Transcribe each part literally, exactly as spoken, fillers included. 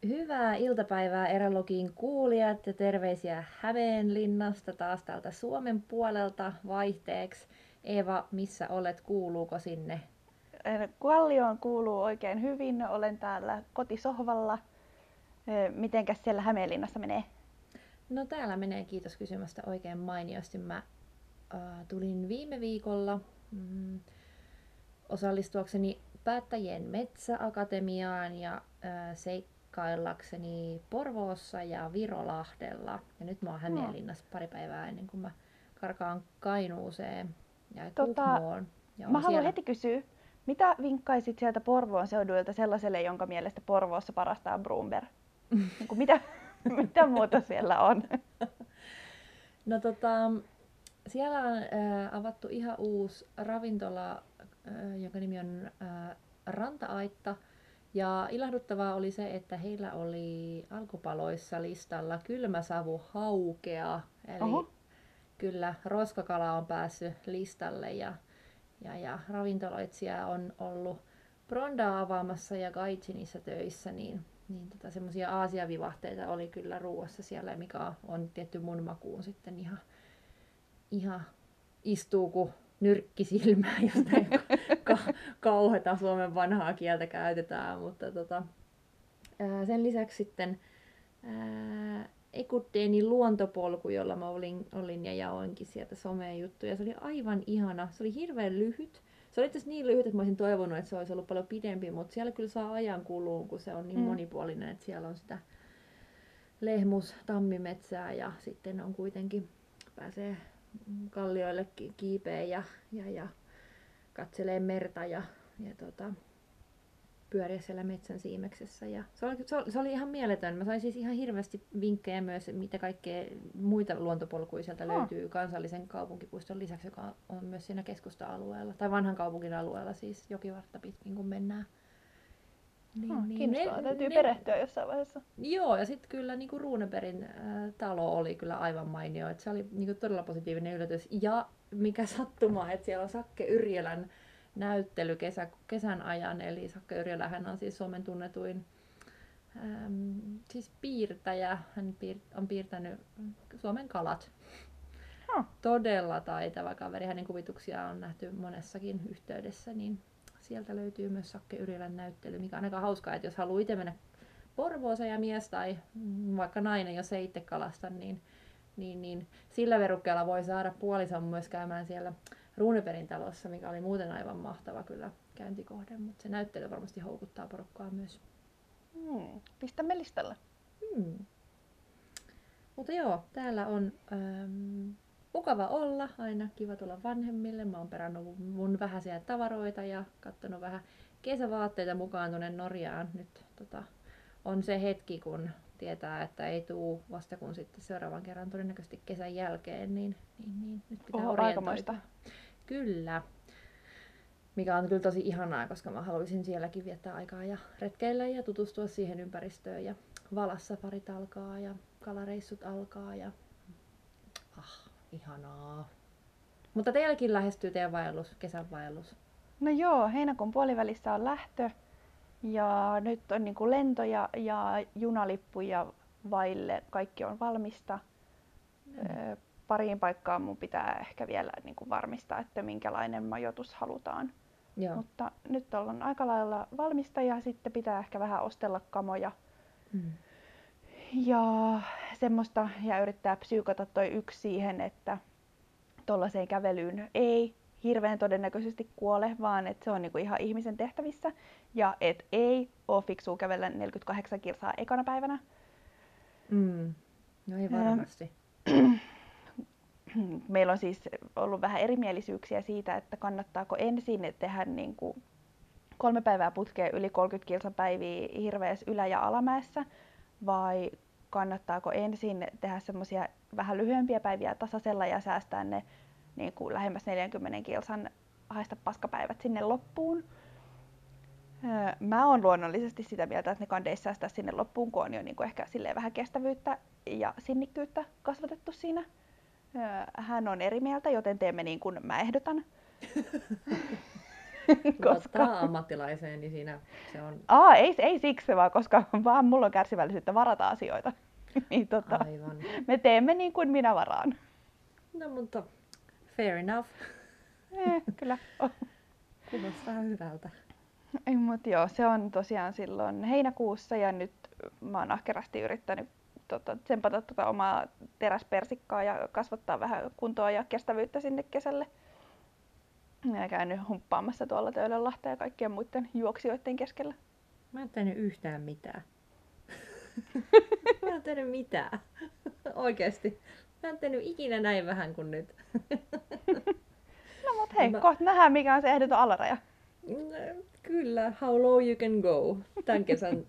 Hyvää iltapäivää Erälogin kuulijat ja terveisiä Hämeenlinnasta taas täältä Suomen puolelta vaihteeksi. Eeva, missä olet? Kuuluuko sinne? Kallioon kuuluu oikein hyvin. Olen täällä kotisohvalla. Mitenkäs siellä Hämeenlinnassa menee? No täällä menee, kiitos kysymästä, oikein mainiosti. Mä äh, tulin viime viikolla mm, osallistuakseni Päättäjien metsäakatemiaan ja äh, seikkaillakseni Porvoossa ja Virolahdella. Ja nyt mä oon Hämeenlinnassa pari päivää ennen kuin mä karkaan Kainuuseen ja Tota, Kuhmoon. Ja mä on haluan siellä. heti kysyä, mitä vinkkaisit sieltä Porvoon seuduilta sellaiselle, jonka mielestä Porvoossa parasta on Brunberg? Niin kuin mitä, mitä muuta siellä on? No tota, siellä on äh, avattu ihan uusi ravintola, äh, jonka nimi on äh, Ranta-aitta. Ja ilahduttavaa oli se, että heillä oli alkupaloissa listalla kylmäsavu haukea. Eli Oho. kyllä roskakala on päässyt listalle ja, ja, ja ravintoloitsija on ollut Brondaa avaamassa ja Gaitsinissa töissä, niin, niin tota, semmoisia aasiavivahteita oli kyllä ruuassa siellä, mikä on tietty mun makuun sitten ihan, ihan istuu kuin nyrkki silmään, jos näin ka- kauheata suomen vanhaa kieltä käytetään, mutta tota, ää, sen lisäksi sitten ää, Ekuteenin luontopolku, jolla mä olin, olin ja jaoinkin sieltä someen juttuja. Se oli aivan ihana. Se oli hirveän lyhyt. Se oli itse niin lyhyt, että mä olisin toivonut, että se olisi ollut paljon pidempi, mutta siellä kyllä saa ajan kuluun, kun se on niin Mm. monipuolinen, että siellä on sitä lehmus, tammimetsää ja sitten on kuitenkin, pääsee kallioille kiipeen ja, ja, ja katselee merta ja, ja tota, pyöriä siellä metsän siimeksessä. Ja se, oli, se, oli, se oli ihan mieletön. Mä sain siis ihan hirveästi vinkkejä myös, mitä kaikkea muita luontopolkuja sieltä Oh. löytyy kansallisen kaupunkipuiston lisäksi, joka on myös siinä keskusta-alueella, tai vanhan kaupungin alueella, siis jokivartta pitkin kun mennään. Niin, Oh, niin kiinnostavaa, ne, täytyy ne, perehtyä jossain vaiheessa. Joo, ja sitten kyllä niin kuin Runebergin äh, talo oli kyllä aivan mainio. Et se oli niin kuin todella positiivinen yllätys. Ja mikä sattuma, että siellä on Sakke Yrjölän näyttely kesä, kesän ajan. Eli Sakke Yrjölähän on siis Suomen tunnetuin ähm, siis piirtäjä. Hän piir, on piirtänyt Suomen kalat. Oh. Todella taitava kaveri. Hänen kuvituksia on nähty monessakin yhteydessä. Niin sieltä löytyy myös Sakke Yrjölän näyttely, mikä on aika hauskaa, että jos haluaa itse mennä Porvooseen ja mies tai vaikka nainen, jos ei itse kalasta, niin, niin, niin sillä verukkeella voi saada puolison myös käymään siellä Runebergin talossa, mikä oli muuten aivan mahtava kyllä käyntikohde, mutta se näyttely varmasti houkuttaa porukkaa myös. Hmm. Pistämme listalle. Hmm. Mutta joo, täällä on ähm, mukava olla, aina kiva tulla vanhemmille. Mä oon perannut mun vähäisiä tavaroita ja katsonut vähän kesävaatteita mukaan tuonne Norjaan. Nyt tota, on se hetki, kun tietää, että ei tuu vasta kun sitten seuraavan kerran todennäköisesti kesän jälkeen, niin, niin, niin nyt pitää Oho, orientoitua. aikamoista. Kyllä. Mikä on kyllä tosi ihanaa, koska mä haluaisin sielläkin viettää aikaa ja retkeillä ja tutustua siihen ympäristöön. Ja valassafarit alkaa ja kalareissut alkaa ja ah, ihanaa. Mutta teilläkin lähestyy teidän vaellus, kesän vaellus. No joo, heinäkuun puolivälissä on lähtö ja nyt on niinku lentoja ja junalippuja vaille. Kaikki on valmista. Mm. Pariin paikkaan mun pitää ehkä vielä niinku varmistaa, että minkälainen majoitus halutaan. Joo. Mutta nyt ollaan aika lailla valmista ja sitten pitää ehkä vähän ostella kamoja. Mm. Ja semmoista ja yrittää psyykata toi yksi siihen, että tollaiseen kävelyyn ei hirveän todennäköisesti kuole, vaan että se on niinku ihan ihmisen tehtävissä. Ja et ei oo fiksua kävellä neljäkymmentäkahdeksan kilsaa ekana päivänä. Mm. No ei varmasti. Meillä on siis ollut vähän erimielisyyksiä siitä, että kannattaako ensin tehdä niinku kolme päivää putkeen yli kolmekymmentä kilsan päiviä hirveässä ylä- ja alamäessä, vai kannattaako ensin tehdä semmoisia vähän lyhyempiä päiviä tasaisella ja säästää ne niin kuin lähemmäs neljänkymmenen kilsan haista paskapäivät sinne loppuun. Mä oon luonnollisesti sitä mieltä, että ne kandeissa säästää sinne loppuun, kun on jo niin kuin ehkä silleen vähän kestävyyttä ja sinnikkyyttä kasvatettu siinä. Hän on eri mieltä, joten teemme niin kuin mä ehdotan. koska... Luottaa ammattilaiseen, niin siinä se on Aa, ei, ei siksi, vaan koska vaan mulla on kärsivällisyyttä varata asioita. niin tota, aivan. me teemme niin kuin minä varaan. No mutta fair enough. Eh, kyllä. Oh. Kuulostaa hyvältä. Ei, mut joo, se on tosiaan silloin heinäkuussa ja nyt mä oon ahkerasti yrittänyt tota, tsempata tota omaa teräspersikkaa ja kasvattaa vähän kuntoa ja kestävyyttä sinne kesälle. Ja käynyt humppaamassa tuolla Töölönlahteen ja kaikkien muiden juoksijoiden keskellä. Mä en tehnyt yhtään mitään. Mä en tehnyt mitään. Oikeesti. Mä en tehnyt ikinä näin vähän kuin nyt. No mut hei, Mä... kohta nähdään mikä on se ehdoton alaraja. Kyllä, how low you can go. Tän kesän,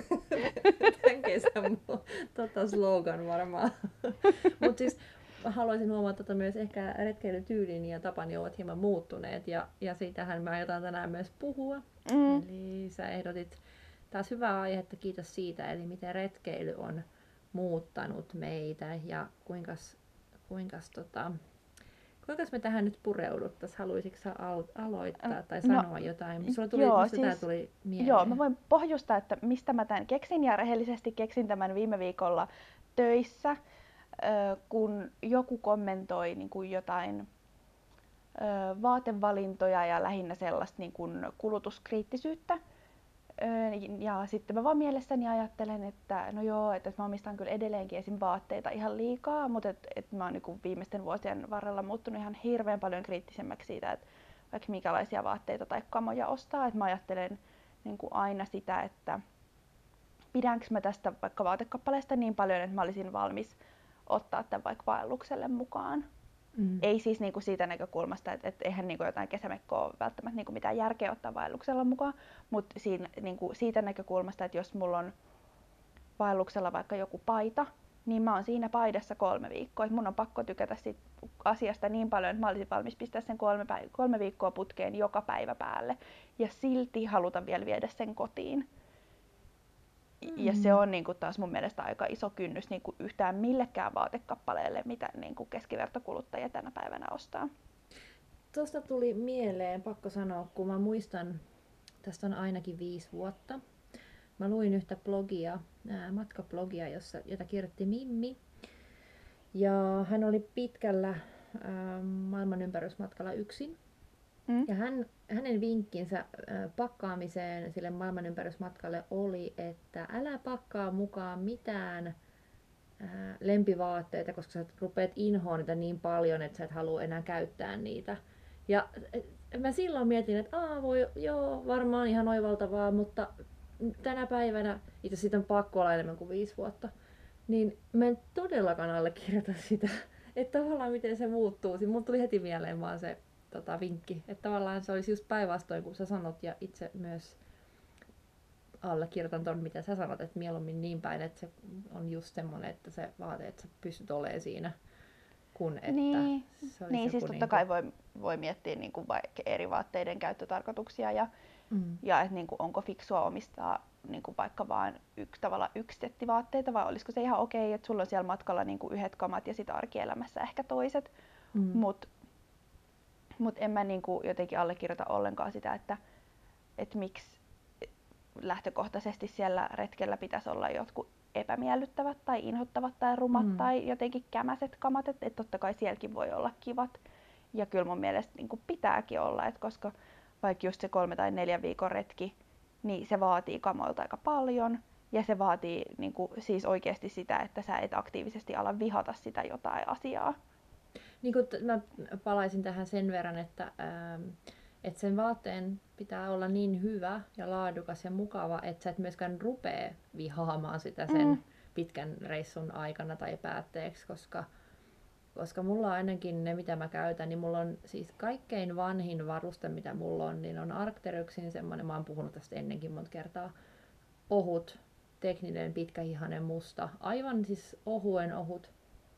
Tän kesän tota slogan varmaan. Mut siis haluaisin huomata, että myös ehkä retkeilytyylin ja tapani ovat hieman muuttuneet. Ja, ja siitähän mä aiotaan tänään myös puhua. Mm. Eli sä ehdotit taas hyvää aihetta, kiitos siitä. Eli miten retkeily on muuttanut meitä ja kuinkas, kuinkas tota, Kuinka me tähän nyt pureuduttaisiin? Haluaisitko sä al- aloittaa tai No, sanoa jotain? Sulla tuli, joo, mistä siis, tämä tuli mieleen? Joo, mä voin pohjustaa, että mistä mä tämän keksin ja rehellisesti keksin tämän viime viikolla töissä, kun joku kommentoi niin kuin jotain vaatevalintoja ja lähinnä sellaista niin kuin kulutuskriittisyyttä. Ja sitten mä vaan mielessäni ajattelen, että no joo, että mä omistan kyllä edelleenkin esim. Vaatteita ihan liikaa, mutta et, et mä oon niin viimeisten vuosien varrella muuttunut ihan hirveän paljon kriittisemmäksi siitä, että vaikka minkälaisia vaatteita tai kamoja ostaa. Että mä ajattelen niin kuin aina sitä, että pidänkö mä tästä vaikka vaatekappaleesta niin paljon, että mä olisin valmis ottaa tämän vaikka vaellukselle mukaan. Mm. Ei siis niinku siitä näkökulmasta, että et eihän niinku jotain kesämekkoa ole välttämättä niinku mitään järkeä ottaa vaelluksella mukaan, mutta niinku siitä näkökulmasta, että jos mulla on vaelluksella vaikka joku paita, niin mä oon siinä paidassa kolme viikkoa. Et mun on pakko tykätä siitä asiasta niin paljon, että mä olisin valmis pistää sen kolme, päiv- kolme viikkoa putkeen joka päivä päälle ja silti haluta vielä viedä sen kotiin. Mm. Ja se on niinku taas mun mielestä aika iso kynnys niinku yhtään millekään vaatekappaleelle, mitä niinku keskivertokuluttaja tänä päivänä ostaa. Tuosta tuli mieleen, pakko sanoa, kun mä muistan, tästä on ainakin viisi vuotta. Mä luin yhtä blogia, ää, matkablogia, jossa, jota kirjoitti Mimmi. Ja hän oli pitkällä ää, maailmanympärysmatkalla yksin. Mm. Ja hän, hänen vinkkinsä äh, pakkaamiseen sille maailmanympärysmatkalle oli, että älä pakkaa mukaan mitään äh, lempivaatteita, koska sä rupeat inhoa niitä niin paljon, että sä et halua enää käyttää niitä. Ja äh, mä silloin mietin, että Aa, voi, joo, varmaan ihan oivaltavaa, mutta tänä päivänä, itse siitä on pakko olla enemmän kuin viisi vuotta, niin mä en todellakaan allekirjoita sitä, että tavallaan miten se muuttuu. Mulla tuli heti mieleen vaan se Tota, vinkki. Että tavallaan se olisi just päinvastoin kuin sä sanot ja itse myös allekirjoitan ton mitä sä sanot, että mieluummin niin päin, että se on just semmonen, että se vaate, että sä pystyt olemaan siinä, kun että niin, se olisi niin siis totta niinku... kai voi, voi miettiä niinku vaikka eri vaatteiden käyttötarkoituksia ja, mm. ja että niinku, onko fiksua omistaa niinku vaikka vain yksi, tavalla yksi setti vaatteita vai olisiko se ihan okei, että sulla on siellä matkalla niinku yhdet kamat ja sit arkielämässä ehkä toiset, mm. mutta Mutta en mä niinku jotenkin allekirjoita ollenkaan sitä, että et miksi lähtökohtaisesti siellä retkellä pitäisi olla jotkut epämiellyttävät tai inhottavat tai rumat mm. tai jotenkin kämäset kamat. Että et totta kai sielläkin voi olla kivat. Ja kyllä mun mielestä niinku pitääkin olla, että koska vaikka just se kolme tai neljän viikon retki, niin se vaatii kamoilta aika paljon. Ja se vaatii niinku, siis oikeasti sitä, että sä et aktiivisesti ala vihata sitä jotain asiaa. Niin kun t- mä palaisin tähän sen verran, että, ähm, että sen vaatteen pitää olla niin hyvä ja laadukas ja mukava, että sä et myöskään rupee vihaamaan sitä sen mm. pitkän reissun aikana tai päätteeksi, koska, koska mulla ainakin ne, mitä mä käytän, niin mulla on siis kaikkein vanhin varuste, mitä mulla on, niin on Arc'teryxin semmoinen, mä oon puhunut tästä ennenkin monta kertaa, ohut, tekninen, pitkähihainen, musta, aivan siis ohuen ohut,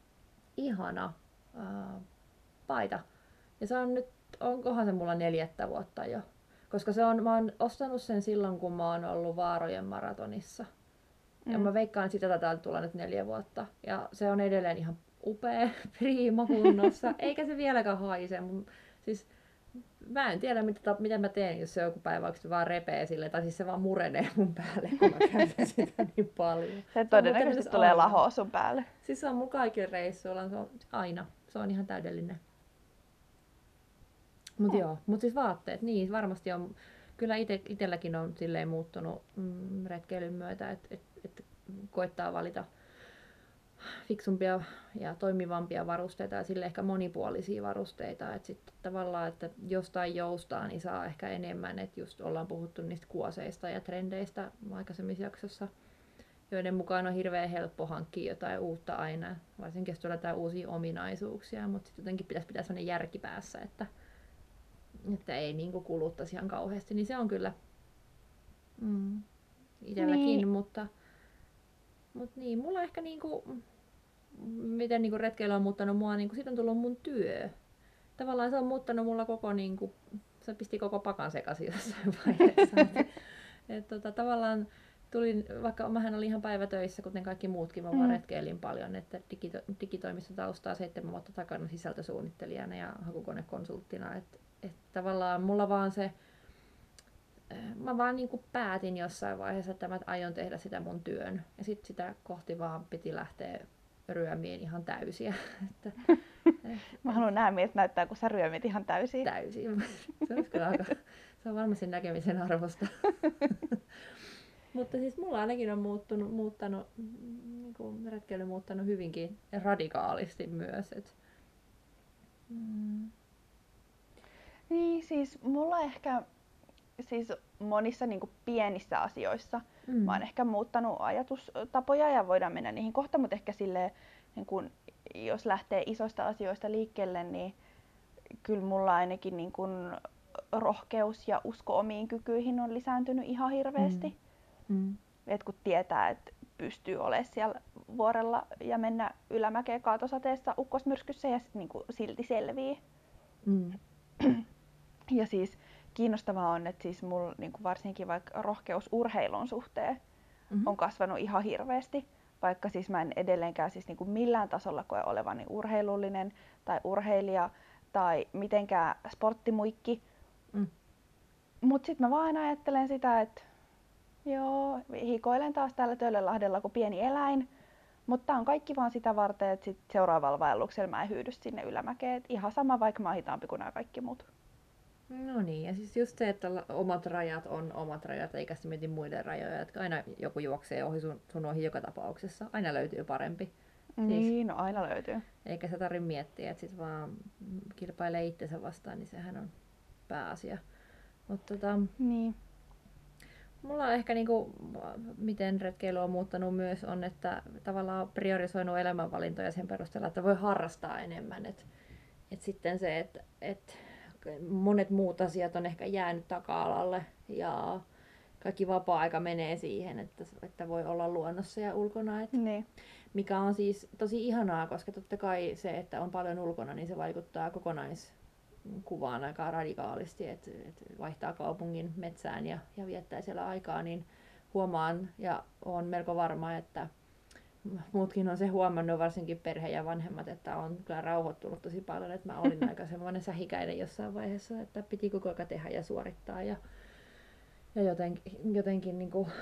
ihana Uh, paita. Ja se on nyt, onkohan se mulla neljättä vuotta jo. Koska se on, mä oon ostanut sen silloin, kun mä oon ollut Vaarojen maratonissa. Mm. Ja mä veikkaan, että sitä taitaa tulla nyt neljä vuotta. Ja se on edelleen ihan upea, priima kunnossa. Eikä se vieläkään haise. Mun, siis mä en tiedä, mitä, mitä mä teen, jos se joku päivä oikeasti vaan repee sille, tai siis se vaan murenee mun päälle, kun mä käytän sitä niin paljon. Se Se on mulla todennäköisesti käytännössä tulee aina. lahoa sun päälle. Siis se on mun kaikilla reissuilla, se on aina. Se on ihan täydellinen. Mut Hmm. joo, mut siis vaatteet, niin varmasti on, kyllä ite, itelläkin on silleen muuttunut mm, retkeilyn myötä, että et, et koittaa valita fiksumpia ja toimivampia varusteita ja sille ehkä monipuolisia varusteita, että sitten tavallaan, että jostain joustaa, niin saa ehkä enemmän, että just ollaan puhuttu niistä kuoseista ja trendeistä aikaisemmissa jaksossa, joiden mukaan on hirveän helppo hankkia jotain uutta aina, varsinkin jos tulee jotain uusia ominaisuuksia, mutta sitten jotenkin pitäisi pitää sellainen järki päässä, että, että ei niinku kuluttaisi ihan kauheasti, niin se on kyllä mm, itselläkin, Niin. mutta, mutta niin, mulla ehkä niinku, miten niinku retkeily on muuttanut mua, niinku siitä on tullut mun työ. Tavallaan se on muuttanut mulla koko, niinku, se pisti koko pakan sekaisin jossain vaiheessa. et, et, tota, tavallaan tulin, vaikka mähän olin ihan päivätöissä, kuten kaikki muutkin, mä mm. vaan retkeilin paljon, että digito, digitoimistotaustaa seitsemän vuotta takana sisältösuunnittelijana ja hakukonekonsulttina. Et, et tavallaan mulla vaan se, mä vaan niinku päätin jossain vaiheessa, että mä aion tehdä sitä mun työn. Ja sit sitä kohti vaan piti lähteä ryömiin ihan täysiä. Että, Mä haluan nähdä, miltä näyttää, kun sä ryömit ihan täysin. Täysin. Se on, kyllä aika, se on varmasti näkemisen arvosta. Mutta siis mulla ainakin on muuttunut, muuttanut, niin kuin retkeily muuttanut hyvinkin radikaalisti myös. Et, mm. Niin, siis mulla ehkä siis monissa niin kuin pienissä asioissa mm. mä oon ehkä muuttanut ajatustapoja ja voidaan mennä niihin kohta, mutta ehkä silleen, niin kun, jos lähtee isoista asioista liikkeelle, niin kyllä mulla ainakin niin kun rohkeus ja usko omiin kykyihin on lisääntynyt ihan hirveästi. Mm. Mm. Et kun tietää, että pystyy olemaan siellä vuorella ja mennä ylämäkeen kaatosateessa ukkosmyrskyssä ja sit, niin kun, silti selvii. Mm. Ja siis kiinnostavaa on, että siis mulla niin kuin varsinkin vaikka rohkeus urheilun suhteen mm-hmm. on kasvanut ihan hirveästi, vaikka siis mä en edelleenkään siis niin kuin millään tasolla koe olevani urheilullinen tai urheilija tai mitenkään sporttimuikki. Mm. Mut sit mä vaan aina ajattelen sitä, että joo, hikoilen taas täällä Töölönlahdella kuin pieni eläin, mutta tää on kaikki vaan sitä varten, että sit seuraavalla vaelluksella mä en hyydy sinne ylämäkeen. Et ihan sama, vaikka mä oon hitaampi kuin nämä kaikki muut. No niin, ja siis just se, että omat rajat on omat rajat, eikä sitten mieti muiden rajoja, että aina joku juoksee ohi sun, sun ohi joka tapauksessa, aina löytyy parempi. Niin, siis, no aina löytyy. Eikä se tarvitse miettiä, että sit vaan kilpailee itsensä vastaan, niin sehän on pääasia. Mutta tota, niin. Mulla on ehkä niinku, miten retkeily on muuttanut myös, on, että tavallaan on priorisoinut elämänvalintoja sen perusteella, että voi harrastaa enemmän. Et, et sitten se, että et monet muut asiat on ehkä jäänyt taka-alalle ja kaikki vapaa-aika menee siihen, että, että voi olla luonnossa ja ulkona. Et, niin. Mikä on siis tosi ihanaa, koska totta kai se, että on paljon ulkona, niin se vaikuttaa kokonaiskuvaan aika radikaalisti, että et vaihtaa kaupungin metsään ja, ja viettää siellä aikaa, niin huomaan ja olen melko varma, että muutkin on se huomannut, varsinkin perhe ja vanhemmat, että on kyllä rauhoittunut tosi paljon, että mä olin aika semmoinen sähikäinen jossain vaiheessa, että piti koko ajan tehdä ja suorittaa ja, ja jotenkin, jotenkin niin kuin,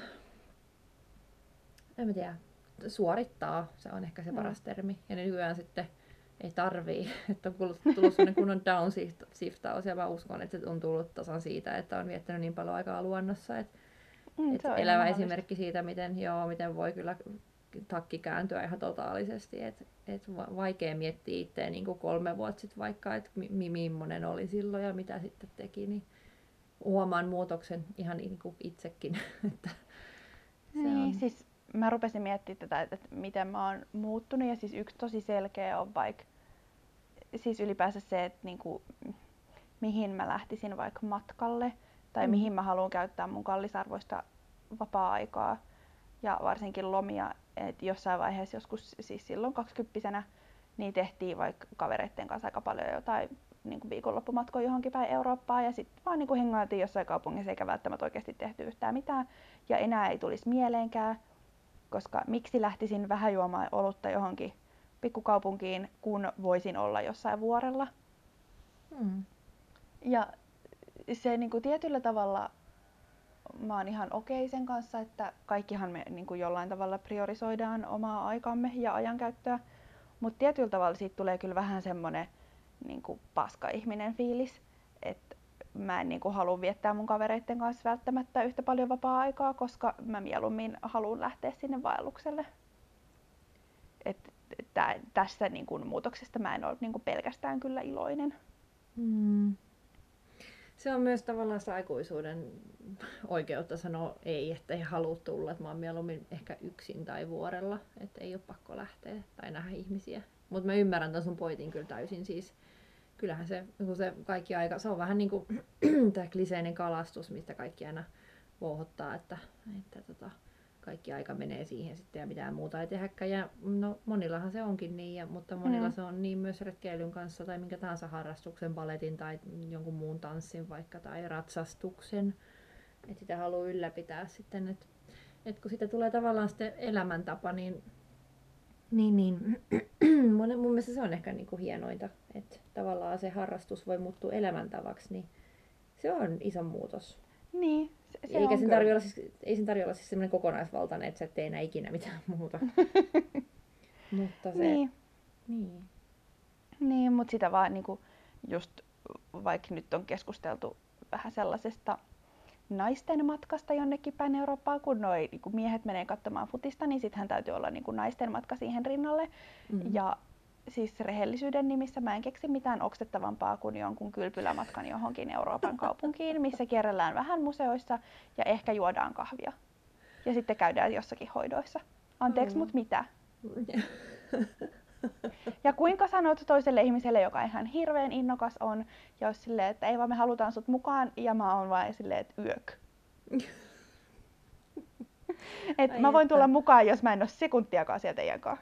en mä tiedä, suorittaa, se on ehkä se paras termi, ja nykyään sitten ei tarvii, että on tullut sellainen kunnon downshiftaus, ja mä uskon, että se on tullut tasan siitä, että on viettänyt niin paljon aikaa luonnossa, että mm, et elävä esimerkki siitä, miten, joo, miten voi kyllä takki kääntyä ihan totaalisesti, että et vaikea miettiä itseä niin kuin kolme vuotta sitten vaikka, että mi- millainen oli silloin ja mitä sitten teki, niin huomaan muutoksen ihan niin kuin itsekin. että se niin, on... siis mä rupesin miettimään tätä, että miten mä oon muuttunut ja siis yksi tosi selkeä on vaikka siis ylipäänsä se, että niinku, mihin mä lähtisin vaikka matkalle tai mm. mihin mä haluan käyttää mun kallisarvoista vapaa-aikaa ja varsinkin lomia, että jossain vaiheessa joskus siis silloin kaksikymppisenä niin tehtiin vaikka kavereitten kanssa aika paljon jotain niin viikonloppumatkoja johonkin päin Eurooppaan ja sitten vaan niin hengailtiin jossain kaupungissa eikä välttämättä oikeasti tehty yhtään mitään ja enää ei tulisi mieleenkään, koska miksi lähtisin vähän juomaan olutta johonkin pikkukaupunkiin, kun voisin olla jossain vuorella. Hmm. Ja se niin kuin tietyllä tavalla mä oon ihan okei sen kanssa, että kaikkihan me niin kuin jollain tavalla priorisoidaan omaa aikamme ja ajankäyttöä, mutta tietyllä tavalla siitä tulee kyllä vähän semmonen niin kuin paska-ihminen fiilis, että mä en niin kuin halua viettää mun kavereitten kanssa välttämättä yhtä paljon vapaa-aikaa, koska mä mieluummin haluan lähteä sinne vaellukselle. Et, tä, tässä niin kuin muutoksesta mä en ole niin kuin pelkästään kyllä iloinen. Mm. Se on myös tavallaan sitä aikuisuuden oikeutta sanoa ei, että ei halua tulla. Että mä oon mieluummin ehkä yksin tai vuorella, että ei ole pakko lähteä tai nähdä ihmisiä. Mutta mä ymmärrän ton sun pointin kyllä täysin. Siis, kyllähän se, kun se kaikki aika, se on vähän niin kuin tämä kliseinen kalastus, mistä kaikki aina vouhottaa, että, että tota, kaikki aika menee siihen sitten ja mitään muuta ei tehdäkään. Ja no, monillahan se onkin niin, ja, mutta monilla mm. se on niin myös retkeilyn kanssa tai minkä tahansa harrastuksen, baletin tai jonkun muun tanssin vaikka tai ratsastuksen. Että sitä haluaa ylläpitää sitten, että et kun sitä tulee tavallaan sitten elämäntapa, niin, niin, niin mun, mun mielestä se on ehkä niinku hienointa, että tavallaan se harrastus voi muuttua elämäntavaksi, niin se on iso muutos. Niin, se, se Eikä on sen tarvitse olla, siis, ei sen tarvitse olla siis semmoinen kokonaisvaltainen, että sä et tee enää ikinä mitään muuta. Mutta se... Niin. Niin, niin mutta sitä vaan niinku just vaikka nyt on keskusteltu vähän sellaisesta naisten matkasta jonnekin päin Eurooppaa, kun noi niinku miehet menee katsomaan futista, niin sittenhän täytyy olla niinku naisten matka siihen rinnalle. Mm-hmm. Ja siis rehellisyyden nimissä mä en keksi mitään oksettavampaa kuin jonkun kylpylämatkan johonkin Euroopan kaupunkiin, missä kierrellään vähän museoissa ja ehkä juodaan kahvia. Ja sitten käydään jossakin hoidoissa. Anteeksi, mm. mut mitä? Ja kuinka sanot toiselle ihmiselle, joka ihan hirveän innokas on, ja olisi silleen, että ei vaan me halutaan sut mukaan, ja mä oon vaan silleen, että yök. Et mä voin että. tulla mukaan, jos mä en ole sekuntiakaan sieltä teidän kanssa.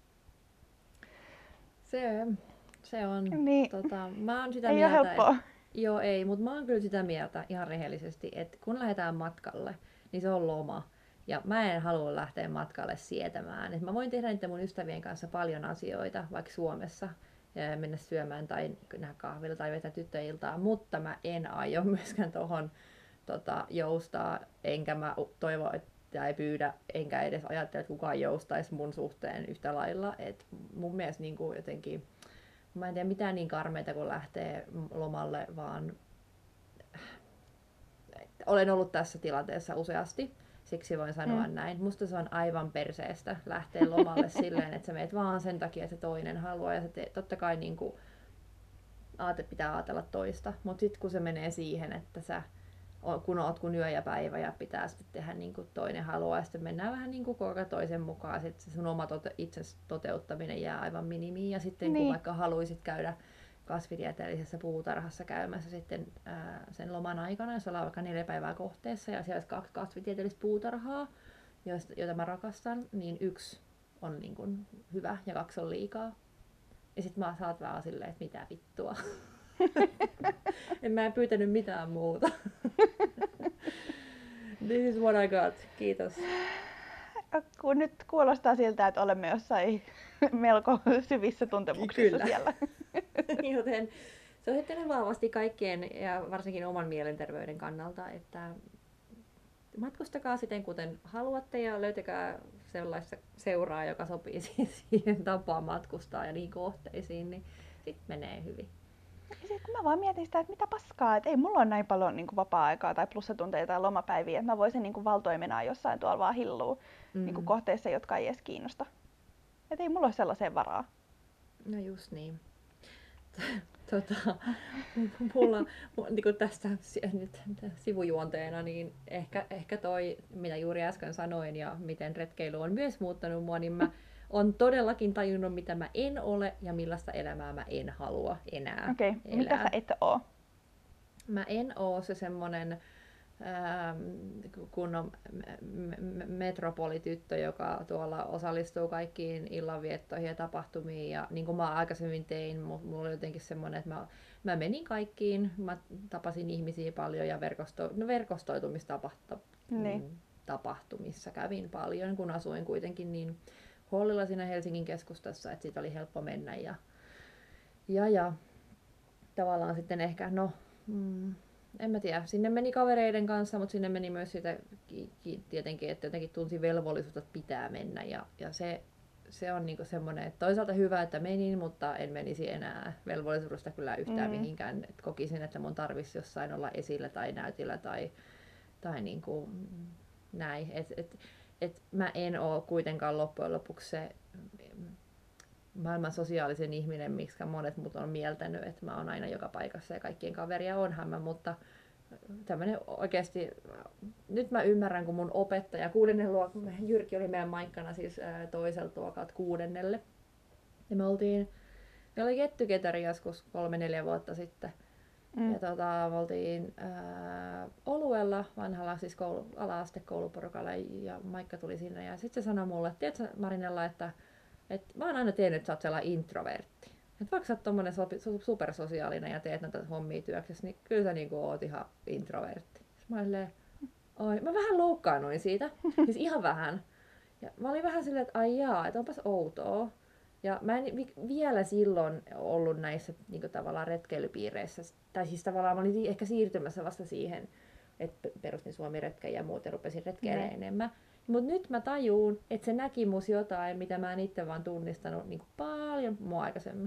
Se, se on. Niin. Tota, mä oon sitä ei mieltä, ole helppoa. Et, joo ei, mutta mä oon kyllä sitä mieltä ihan rehellisesti, että kun lähdetään matkalle, niin se on loma. Ja mä en halua lähteä matkalle sietämään. Et mä voin tehdä niitä mun ystävien kanssa paljon asioita, vaikka Suomessa, ja mennä syömään tai nähdä kahvilla tai vetää tyttöiltaa, mutta mä en aio myöskään tohon tota, joustaa, enkä mä toivo, että ei pyydä, enkä edes ajattele, että kukaan joustaisi mun suhteen yhtä lailla. Et mun mielestä niin kuin jotenkin, mä en tiedä mitään niin karmeita, kun lähtee lomalle, vaan olen ollut tässä tilanteessa useasti. Siksi voin sanoa mm. näin. Musta se on aivan perseestä lähteä lomalle silleen, että sä meet vaan sen takia, että se toinen haluaa. Ja sä teet, totta kai niin kuin, aate, pitää ajatella toista. Mutta sitten kun se menee siihen, että sä kun oot kun yö ja päivä ja pitää sitten tehdä niin kuin toinen haluaa. Ja sitten mennään vähän niin kuin koko toisen mukaan. Sitten se sun oma tote, itse toteuttaminen jää aivan minimiin. Ja sitten niin. kun vaikka haluaisit käydä kasvitieteellisessä puutarhassa käymässä sitten ää, sen loman aikana, jos ollaan vaikka neljä päivää kohteessa ja siellä olisi kaksi kasvitieteellistä puutarhaa, joista, joita mä rakastan, niin yksi on niin kuin hyvä ja kaksi on liikaa. Ja sit mä saat vaan silleen, että mitä vittua. en mä en pyytänyt mitään muuta. This is what I got. Kiitos. Kun nyt kuulostaa siltä, että olemme jossain melko syvissä tuntemuksissa Kyllä. siellä. Joten suosittelen vahvasti kaikkien ja varsinkin oman mielenterveyden kannalta, että matkustakaa siten kuten haluatte ja löytäkää sellaista seuraa, joka sopii siihen tapaan matkustaa ja niin kohteisiin, niin sitten menee hyvin. Sitten mä vaan mietin sitä, että mitä paskaa, että ei mulla ole näin paljon niin kuin vapaa-aikaa tai plussatunteja tai lomapäiviä, että mä voisin niin kuin valtoimenaan jossain tuolla vaan hilluu mm. niin kuin kohteissa, jotka ei edes kiinnosta. Että ei mulla ole sellaiseen varaa. No just niin. Tota, mulla niin tästä nyt sivujuonteena, niin ehkä, ehkä toi, mitä juuri äsken sanoin ja miten retkeily on myös muuttanut mua, niin mä on todellakin tajunnut, mitä mä en ole ja millaista elämää mä en halua enää Okei, okay. elää. Mitä sä et oo? Mä en oo se semmonen ähm, kunnon metropolityttö, joka tuolla osallistuu kaikkiin illanviettoihin ja tapahtumiin. Ja niin kuin mä aikaisemmin tein, mulla oli jotenkin semmoinen, että mä, mä menin kaikkiin, mä tapasin ihmisiä paljon ja verkosto, no verkostoitumistapahtumissa kävin paljon, kun asuin kuitenkin niin Hollilla siinä Helsingin keskustassa, että siitä oli helppo mennä. Ja, ja, ja tavallaan sitten ehkä, no mm, en mä tiedä, sinne meni kavereiden kanssa, mutta sinne meni myös sitä ki- ki- tietenkin, että jotenkin tunsi velvollisuutta, että pitää mennä. Ja, ja se, se on niinku semmoinen, että toisaalta hyvä, että menin, mutta en menisi enää velvollisuudesta kyllä yhtään Mm. mihinkään. Et kokisin, että mun tarvitsisi jossain olla esillä tai näytillä tai, tai niinku näin. Et, et, et mä en oo kuitenkaan loppujen lopuksi se maailman sosiaalisen ihminen, miksi monet mut on mieltänyt, että mä oon aina joka paikassa ja kaikkien kaveria onhan mä, mutta tämmönen oikeasti, nyt mä ymmärrän, kun mun opettaja, kuudennen luokan, Jyrki oli meidän maikkana siis toiselta luokalta kuudennelle, ja me oltiin, me oli get together joskus kolme neljä vuotta sitten, mm. ja tota, me oltiin ää, oluella vanhalla siis koulu, ala-astekouluporukalla, ja Maikka tuli sinne, ja sitten se sanoi mulle, että tiedätkö Marinella, että et mä oon aina tiennyt, että sä oot sellainen introvertti. Et vaikka sä oot tommonen supersosiaalinen ja teet näitä hommia työksessä, niin kyllä sä niinku oot ihan introvertti. Mä olin silleen, oi, mä vähän loukkaannuin siitä, siis ihan vähän. Ja mä olin vähän silleen, että ai jaa, että onpas outoa. Ja mä en vielä silloin ollut näissä niinku tavallaan retkeilypiireissä, tai siis tavallaan mä olin ehkä siirtymässä vasta siihen, että perustin Suomi-retken ja muuten rupesin retkeilemään mm. enemmän. Mutta nyt mä tajuun, että se näki mus jotain, mitä mä en itse vaan tunnistanut niin paljon mua aikaisemmin.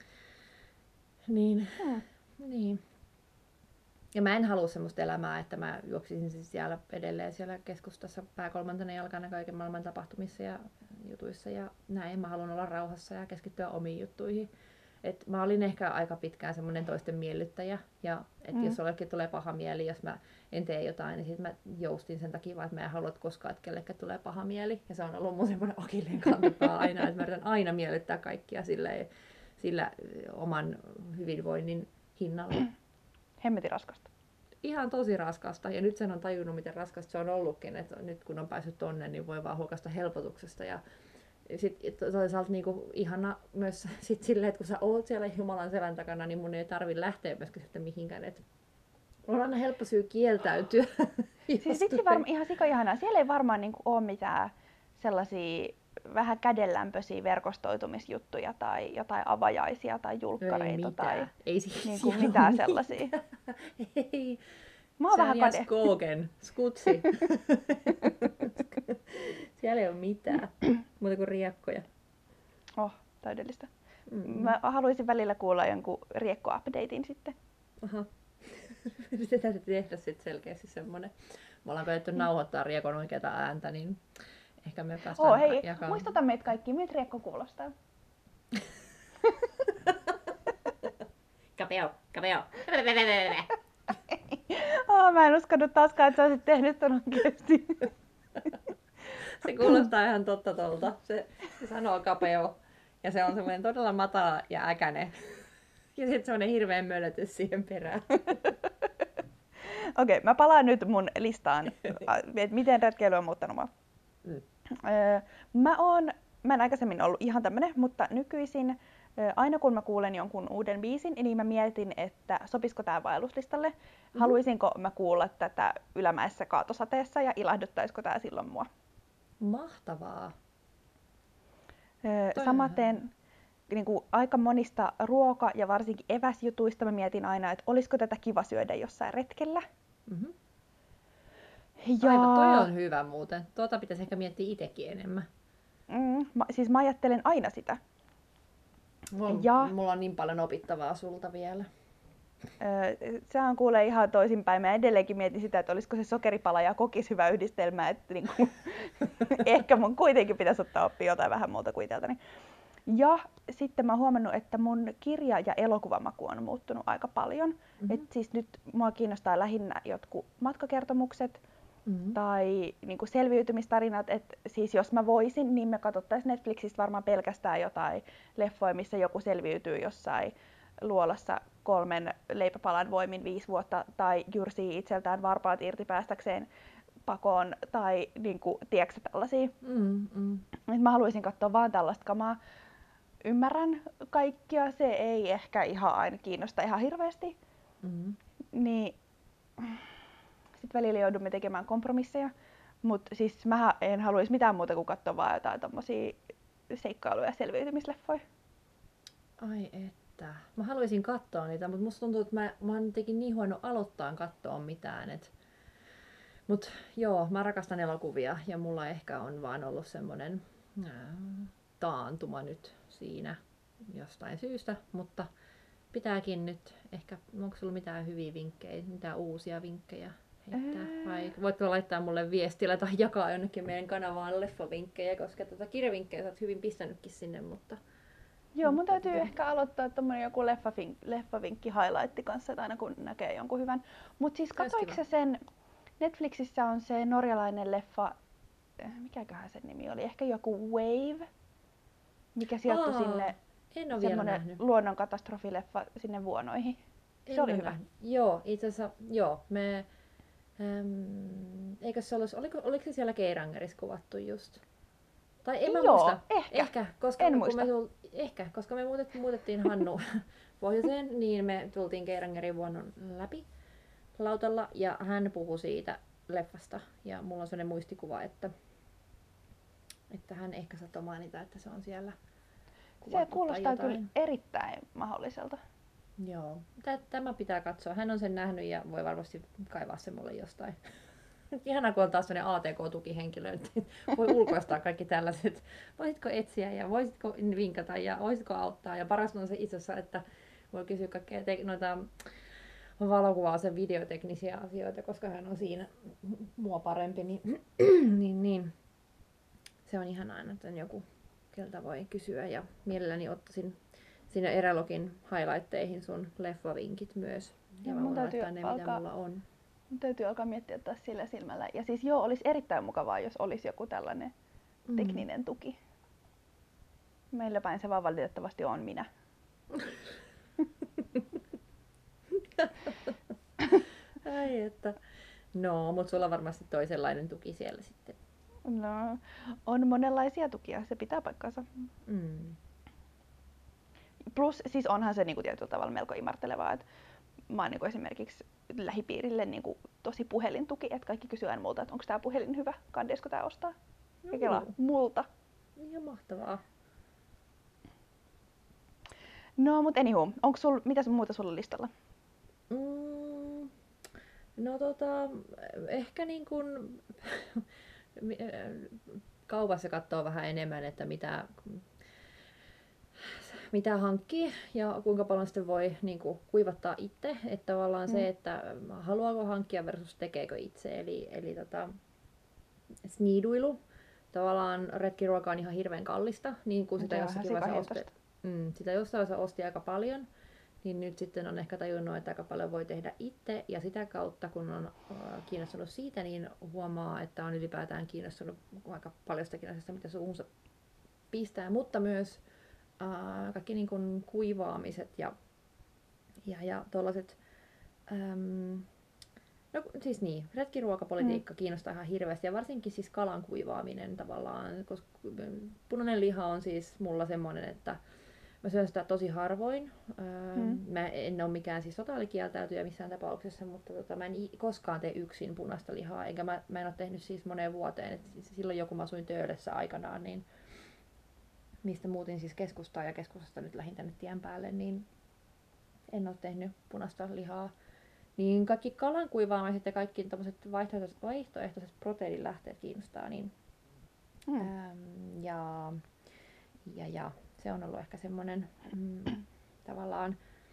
Niin. Hmm. niin. Ja mä en halua semmoista elämää, että mä juoksisin siis siellä edelleen siellä keskustassa pääkolmantena jalkana kaiken maailman tapahtumissa ja jutuissa ja näin. Mä haluan olla rauhassa ja keskittyä omiin juttuihin. Et mä olin ehkä aika pitkään semmoinen toisten miellyttäjä, ja et mm. jos jollekin tulee paha mieli, jos mä en tee jotain, niin sit mä joustin sen takia, vaan että mä en halua koskaan, että kellekään tulee paha mieli. Ja se on ollut mun semmoinen akilleen kantapää aina, että mä yritän aina miellyttää kaikkia sillä, sillä oman hyvinvoinnin hinnalla. Hemmetin raskasta. Ihan tosi raskasta, ja nyt sen on tajunnut, miten raskasta se on ollutkin, että nyt kun on päässyt tonne, niin voi vaan huokasta helpotuksesta. Ja sitten toisaalta niinku ihana myös sit silleen, että kun sä oot siellä Jumalan selän takana, niin mun ei tarvi lähteä myöskään sitten mihinkään. Et on aina helppo syy kieltäytyä. Siis vitsi varma, ihan sika ihanaa. Siellä ei varmaan niinku ole mitään sellaisia vähän kädenlämpöisiä verkostoitumisjuttuja tai jotain avajaisia tai julkkareita. Ei tai ei siis niinku mitään sellaisia. Ei. Mä oon se vähän on ihan kade. Skogen, skutsi. Siellä ei ole mitään, muuta kuin riekkoja. Oh, täydellistä. Mm. Mä haluaisin välillä kuulla jonkun riekko-updatein sitten. Aha. Yritetään tehdä sitten selkeästi semmonen. Me ollaan koettu nauhoittaa riekon oikeata ääntä, niin ehkä me päästään oh, hei, jakamaan. Muistuta meitä kaikki, miltä riekko kuulostaa. Kapeo, kapeo. Oh, mä en uskonut taaskaan, että sä olisit tehnyt ton oikeesti. Se kuulostaa ihan totta tolta. Se, se sanoo kapeo. Ja se on semmoinen todella matala ja äkäinen. Ja sitten semmoinen hirveän mölötys siihen perään. Okei, okay, mä palaan nyt mun listaan, että miten retkeily on muuttanut mua. Mm. Öö, mä, oon, mä en aikaisemmin ollut ihan tämmönen, mutta nykyisin aina kun mä kuulen jonkun uuden biisin, niin mä mietin, että sopisiko tää vaelluslistalle. Mm-hmm. Haluaisinko mä kuulla tätä Ylämäessä kaatosateessa ja ilahduttaisiko tää silloin mua. Mahtavaa. Öö, samaten niin kuin aika monista ruoka- ja varsinkin eväsjutuista mä mietin aina, että olisiko tätä kiva syödä jossain retkellä. Mm-hmm. Ja... Aivan, toi on hyvä muuten. Tuota pitäisi ehkä miettiä itsekin enemmän. Mm, mä, siis mä ajattelen aina sitä. Mulla on, ja... mulla on niin paljon opittavaa sulta vielä. Öö, se on kuule ihan toisinpäin. Mä edelleenkin mietin sitä, että olisiko se sokeripala ja kokis hyvä yhdistelmä. Että niin kuin, ehkä mun kuitenkin pitäisi ottaa oppia jotain vähän muuta kuin itseltäni. Ja sitten mä oon huomannut, että mun kirja- ja elokuvamaku on muuttunut aika paljon. Mm-hmm. Et siis nyt mua kiinnostaa lähinnä jotkut matkakertomukset mm-hmm. tai niinku selviytymistarinat. Et siis jos mä voisin, niin me katsottaisiin Netflixistä varmaan pelkästään jotain leffoja, missä joku selviytyy jossain luolassa kolmen leipäpalan voimin viisi vuotta tai jyrsii itseltään varpaat irti päästäkseen pakoon tai niinku, tiedätkö tällaisia. Mm-hmm. Et mä haluaisin katsoa vaan tällaista kamaa. Ymmärrän kaikkia, se ei ehkä ihan aina kiinnosta ihan hirveästi. Mm-hmm. Niin sitten välillä joudumme tekemään kompromisseja. Mutta siis mä en haluaisi mitään muuta kuin katsoa vaan jotain tommosia seikkailu- ja selviytymisleffoja. Ai että. että mä haluaisin katsoa niitä, mutta musta tuntuu, että mä, mä oon jotenkin niin huono aloittaa katsoa mitään. Et... Mut joo, mä rakastan elokuvia ja mulla ehkä on vaan ollut semmonen ää, taantuma nyt siinä jostain syystä, mutta pitääkin nyt ehkä, onko sulla mitään hyviä vinkkejä, mitään uusia vinkkejä heittää? Vai voitko laittaa mulle viestillä tai jakaa jonnekin meidän kanavaan leffavinkkejä, koska tätä kirjavinkkejä sä oot hyvin pistänytkin sinne, mutta... Joo, mun täytyy mutta... ehkä aloittaa tommonen joku leffavink- leffavinkki highlightti kanssa, että aina kun näkee jonkun hyvän. Mut siis katsoitko sä sen, Netflixissä on se norjalainen leffa, mikäköhän sen nimi oli, ehkä joku Wave, mikä sijoittui Aa, sinne, en ole vielä nähnyt. Luonnonkatastrofileffa sinne vuonoihin. En se oli hyvä. Nähnyt. Joo, itse asiassa, joo, me, äm, eikö se ollut, oliko, oliko se siellä Keirangerissa kuvattu just? Tai en mä joo, muista. ehkä, ehkä koska, en me, muista. Me tult, ehkä, koska me muutettiin, muutettiin Hannu pohjoiseen, niin me tultiin Keirangerin vuonnon läpi lautalla ja hän puhui siitä leffasta ja mulla on sellainen muistikuva, että, että hän ehkä saattoi mainita, että se on siellä se kuulostaa kyllä erittäin mahdolliselta. Joo, tämä pitää katsoa. Hän on sen nähnyt ja voi varmasti kaivaa se mulle jostain. Ihanaa, kun on taas sellainen A T K-tukihenkilö, että voi ulkoistaa kaikki tällaiset. Voisitko etsiä ja voisitko vinkata ja voisitko auttaa. Ja paras on se itse asiassa, että voi kysyä kaikkea te- noita valokuvaa sen videoteknisiä asioita, koska hän on siinä mua parempi. Niin, niin, niin. Se on ihanaa, että on joku, keltä voi kysyä ja mielelläni ottaisin siinä Erälogin highlightteihin sun leffavinkit myös. Ja, ja mä voin laittaa ne, alkaa, mitä mulla on. Mun täytyy alkaa miettiä taas sillä silmällä. Ja siis joo, olisi erittäin mukavaa, jos olisi joku tällainen mm. tekninen tuki. Meillä päin se vaan valitettavasti on minä. Ai että. No, mutta sulla on varmasti toisenlainen tuki siellä sitten. No, on monenlaisia tukia, se pitää paikkansa. Mm. Plus siis onhan se niinku tietyllä tavalla melko imartelevaa, että mä oon niinku esimerkiksi lähipiirille niinku tosi puhelintuki, että kaikki kysyy aina multa, että onko tää puhelin hyvä, kandeesko tää ostaa. No, ja kelaa multa. Ihan mahtavaa. No mut anywho, onko sul, mitä muuta sulla listalla? Mm, no tota, ehkä niin kun kaupassa katsoo vähän enemmän, että mitä mitä hankkii ja kuinka paljon sitten voi niin kuin, kuivattaa itse. Että tavallaan mm. se, että haluaako hankkia versus tekeekö itse. Eli, eli tota, sniiduilu. Tavallaan retkiruoka on ihan hirveän kallista. Niin kuin sitä jossakin vaiheessa osti, mm, sitä jossain vaiheessa osti aika paljon. Niin nyt sitten on ehkä tajunnut, että aika paljon voi tehdä itse. Ja sitä kautta, kun on kiinnostunut siitä, niin huomaa, että on ylipäätään kiinnostunut aika paljostakin asiasta, mitä suuhunsa pistää. Mutta myös Uh, kaikki niin kuin kuivaamiset ja, ja, ja tuollaiset, um, no siis niin, retkiruokapolitiikka mm. kiinnostaa ihan hirveästi ja varsinkin siis kalan kuivaaminen tavallaan, koska punainen liha on siis mulla semmoinen, että mä syön sitä tosi harvoin. Uh, mm. Mä en ole mikään siis totaalikieltäytyjä missään tapauksessa, mutta tota, mä en koskaan tee yksin punaista lihaa, enkä mä, mä en ole tehnyt siis moneen vuoteen, et silloin joku mä asuin Töölössä aikanaan, niin mistä muutin siis keskustaan ja keskustasta nyt lähin tänne tien päälle, niin en ole tehnyt punaista lihaa. Niin kaikki kalan kuivaamiset ja kaikki tämmöiset vaihtoehtoiset, vaihtoehtoiset proteiinilähteet kiinnostaa. Niin, mm. äm, ja, ja, ja se on ollut ehkä semmoinen mm, tavallaan,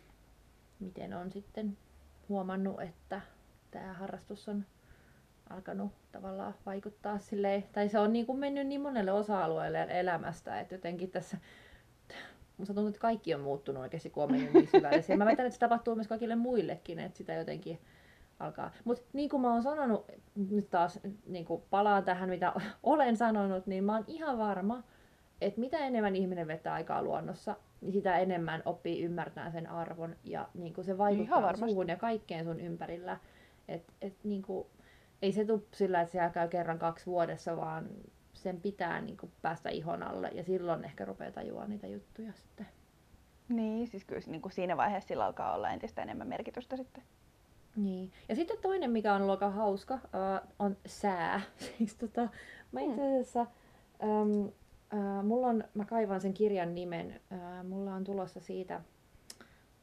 miten on sitten huomannut, että tämä harrastus on alkanut tavallaan vaikuttaa silleen, tai se on niin kuin mennyt niin monelle osa-alueelle elämästä, että jotenkin tässä, musta tuntuu, että kaikki on muuttunut oikeasti, kun on mennyt niin syvällisiin. Mä väitän, että se tapahtuu myös kaikille muillekin, että sitä jotenkin alkaa. Mutta niin kuin mä oon sanonut, nyt taas niin kuin palaan tähän, mitä olen sanonut, niin mä oon ihan varma, että mitä enemmän ihminen vetää aikaa luonnossa, niin sitä enemmän oppii ymmärtämään sen arvon, ja niin kuin se vaikuttaa suhun ja kaikkeen sun ympärillä. Et, et, niin kuin, ei se tule sillä, että siellä käy kerran kaksi vuodessa, vaan sen pitää niin kuin päästä ihon alle ja silloin ehkä rupeaa tajua niitä juttuja sitten. Niin, siis kyllä niin kuin siinä vaiheessa sillä alkaa olla entistä enemmän merkitystä sitten. Niin. Ja sitten toinen, mikä on ollut aika hauska, uh, on sää. Siis tota, mä itse asiassa, um, uh, mulla on, mä kaivan sen kirjan nimen, uh, mulla on tulossa siitä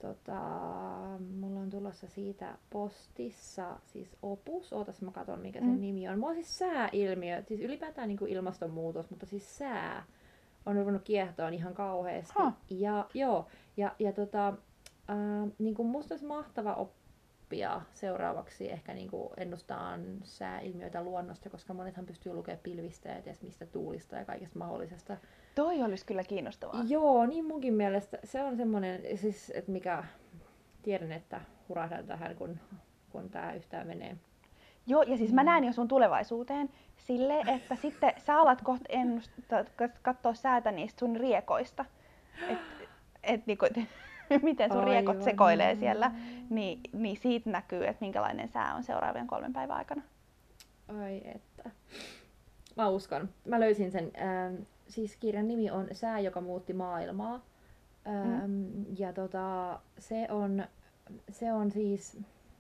tota, mulla on tulossa siitä postissa siis opus, ootas mä katon mikä sen Mm. nimi on. Mulla on siis sääilmiö, siis ylipäätään niin kuin ilmastonmuutos, mutta siis sää on ruvennut kiehtoa ihan kauheasti. Huh. Ja, joo, ja, ja tota, ää, niin kuin musta olisi mahtava oppia seuraavaksi ehkä niin kuin ennustaa sääilmiöitä luonnosta, koska monethan pystyy lukemaan pilvistä ja ties mistä tuulista ja kaikesta mahdollisesta. Toi olisi kyllä kiinnostavaa. Joo, niin munkin mielestä se on semmoinen, siis, että mikä tiedän, että hurahdan tähän, kun, kun tää yhtään menee. Joo, ja siis mä Mm. näen jo sun tulevaisuuteen silleen, että sitten sä alat kohta ennustaa, katsoa säätä niistä sun riekoista. Et, et niinku, et, miten sun riekot Aivan. sekoilee siellä, niin, niin siitä näkyy, että minkälainen sää on seuraavien kolmen päivän aikana. Ai että. Mä uskon. Mä löysin sen. Ähm, siis kirjan nimi on Sää, joka muutti maailmaa. Ähm, mm. Ja tota, se on, se on siis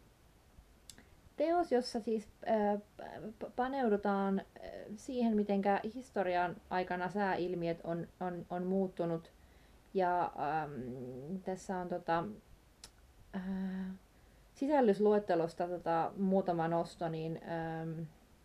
teos, jossa siis äh, paneudutaan äh, siihen, miten historian aikana sääilmiöt on, on, on muuttunut. Ja ähm, tässä on tota, äh, sisällysluettelosta tota, muutama nosto, niin ähm,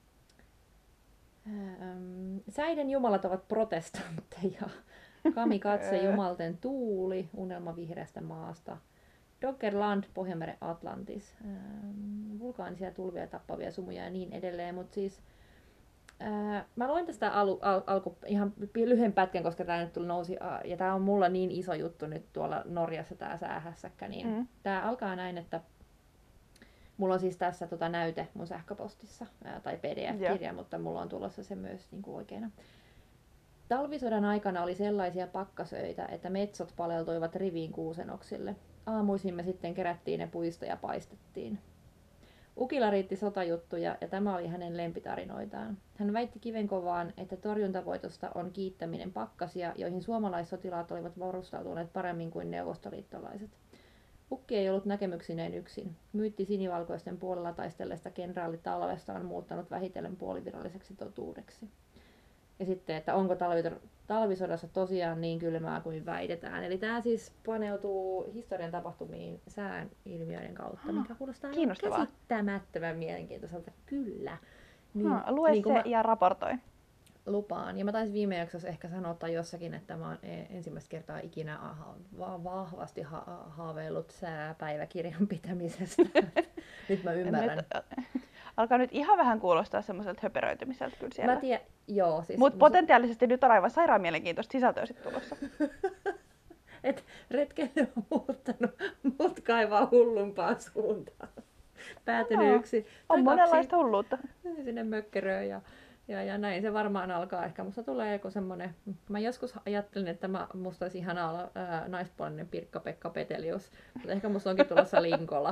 ähm, säiden jumalat ovat protestantteja. Kamikatse jumalten tuuli, unelma vihreästä maasta. Doggerland, Pohjanmeren Atlantis, ähm, vulkaanisia tulvia tappavia sumuja ja niin edelleen, mutta siis ää, mä luin tästä alu, al, alku, ihan lyhyen pätkän, koska tämä nyt tuli nousi, ää, ja tämä on mulla niin iso juttu nyt tuolla Norjassa tämä säähässäkkä, niin mm. tämä alkaa näin, että mulla on siis tässä tota näyte mun sähköpostissa, ää, tai P D F-kirja, yeah. mutta mulla on tulossa se myös niin kuin oikeana. Talvisodan aikana oli sellaisia pakkasöitä, että metsot paleltuivat riviin kuusenoksille. Aamuisin me sitten kerättiin ne puista ja paistettiin. Ukila riitti sotajuttuja ja tämä oli hänen lempitarinoitaan. Hän väitti kivenkovaan, että torjuntavoitosta on kiittäminen pakkasia, joihin suomalaissotilaat olivat varustautuneet paremmin kuin neuvostoliittolaiset. Ukki ei ollut näkemyksineen yksin. Myytti sinivalkoisten puolella taistellesta kenraali Talvesta on muuttanut vähitellen puoliviralliseksi totuudeksi. Ja sitten, että onko talvisodassa tosiaan niin kylmää kuin väitetään. Eli tämä siis paneutuu historian tapahtumiin sään ilmiöiden kautta, mikä kuulostaa käsittämättömän mielenkiintoiselta. Kyllä. Niin, ha, lue niin se mä ja raportoi. Lupaan. Ja mä taisin viime jaksossa ehkä sanoa tai jossakin, että mä oon ensimmäistä kertaa ikinä vahvasti ha- haaveillut sääpäiväkirjan pitämisestä. Nyt mä ymmärrän. Alkaa nyt ihan vähän kuulostaa semmoiselta höperöitymiseltä kyllä siellä. Mä tiedän, joo. Siis Mutta potentiaalisesti nyt on aivan sairaan mielenkiintoista sisältöä sit tulossa. Et retkeily on muuttanut mut kaivaa hullumpaan suuntaan. Päätynyt no, yksi on monenlaista hulluutta. Sinne mökkeröön ja, ja, ja näin se varmaan alkaa. Ehkä musta tulee joku semmonen, mä joskus ajattelin, että mä, musta olisi ihanaa olla ää, naispuolinen Pirkka-Pekka Petelius, mutta ehkä musta onkin tulossa Linkola.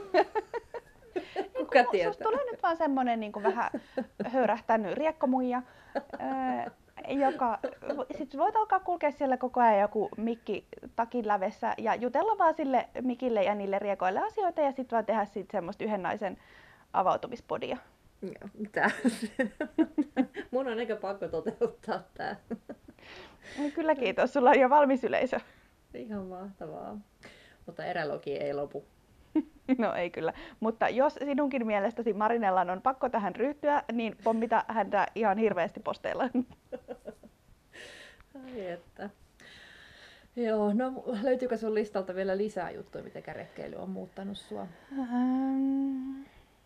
Kuka tietää? Susta tulee nyt vaan semmonen niin kuin vähän höyrähtänyt riekkomuija, ää, joka sit voit alkaa kulkea siellä koko ajan joku mikki takin lävessä ja jutella vaan sille mikille ja niille riekoille asioita ja sitten vaan tehdä siitä semmoista yhden naisen avautumispodia. Tää. Mun on eikä pakko toteuttaa tää. Kyllä kiitos, sulla on jo valmis yleisö. Ihan mahtavaa. Mutta erälogi ei lopu. No ei kyllä, mutta jos sinunkin mielestäsi Marinellan on pakko tähän ryhtyä, niin pommita häntä ihan hirveästi posteilla. Ai että. Joo, no löytyykö sun listalta vielä lisää juttuja, miten retkeily on muuttanut sua? Ähm...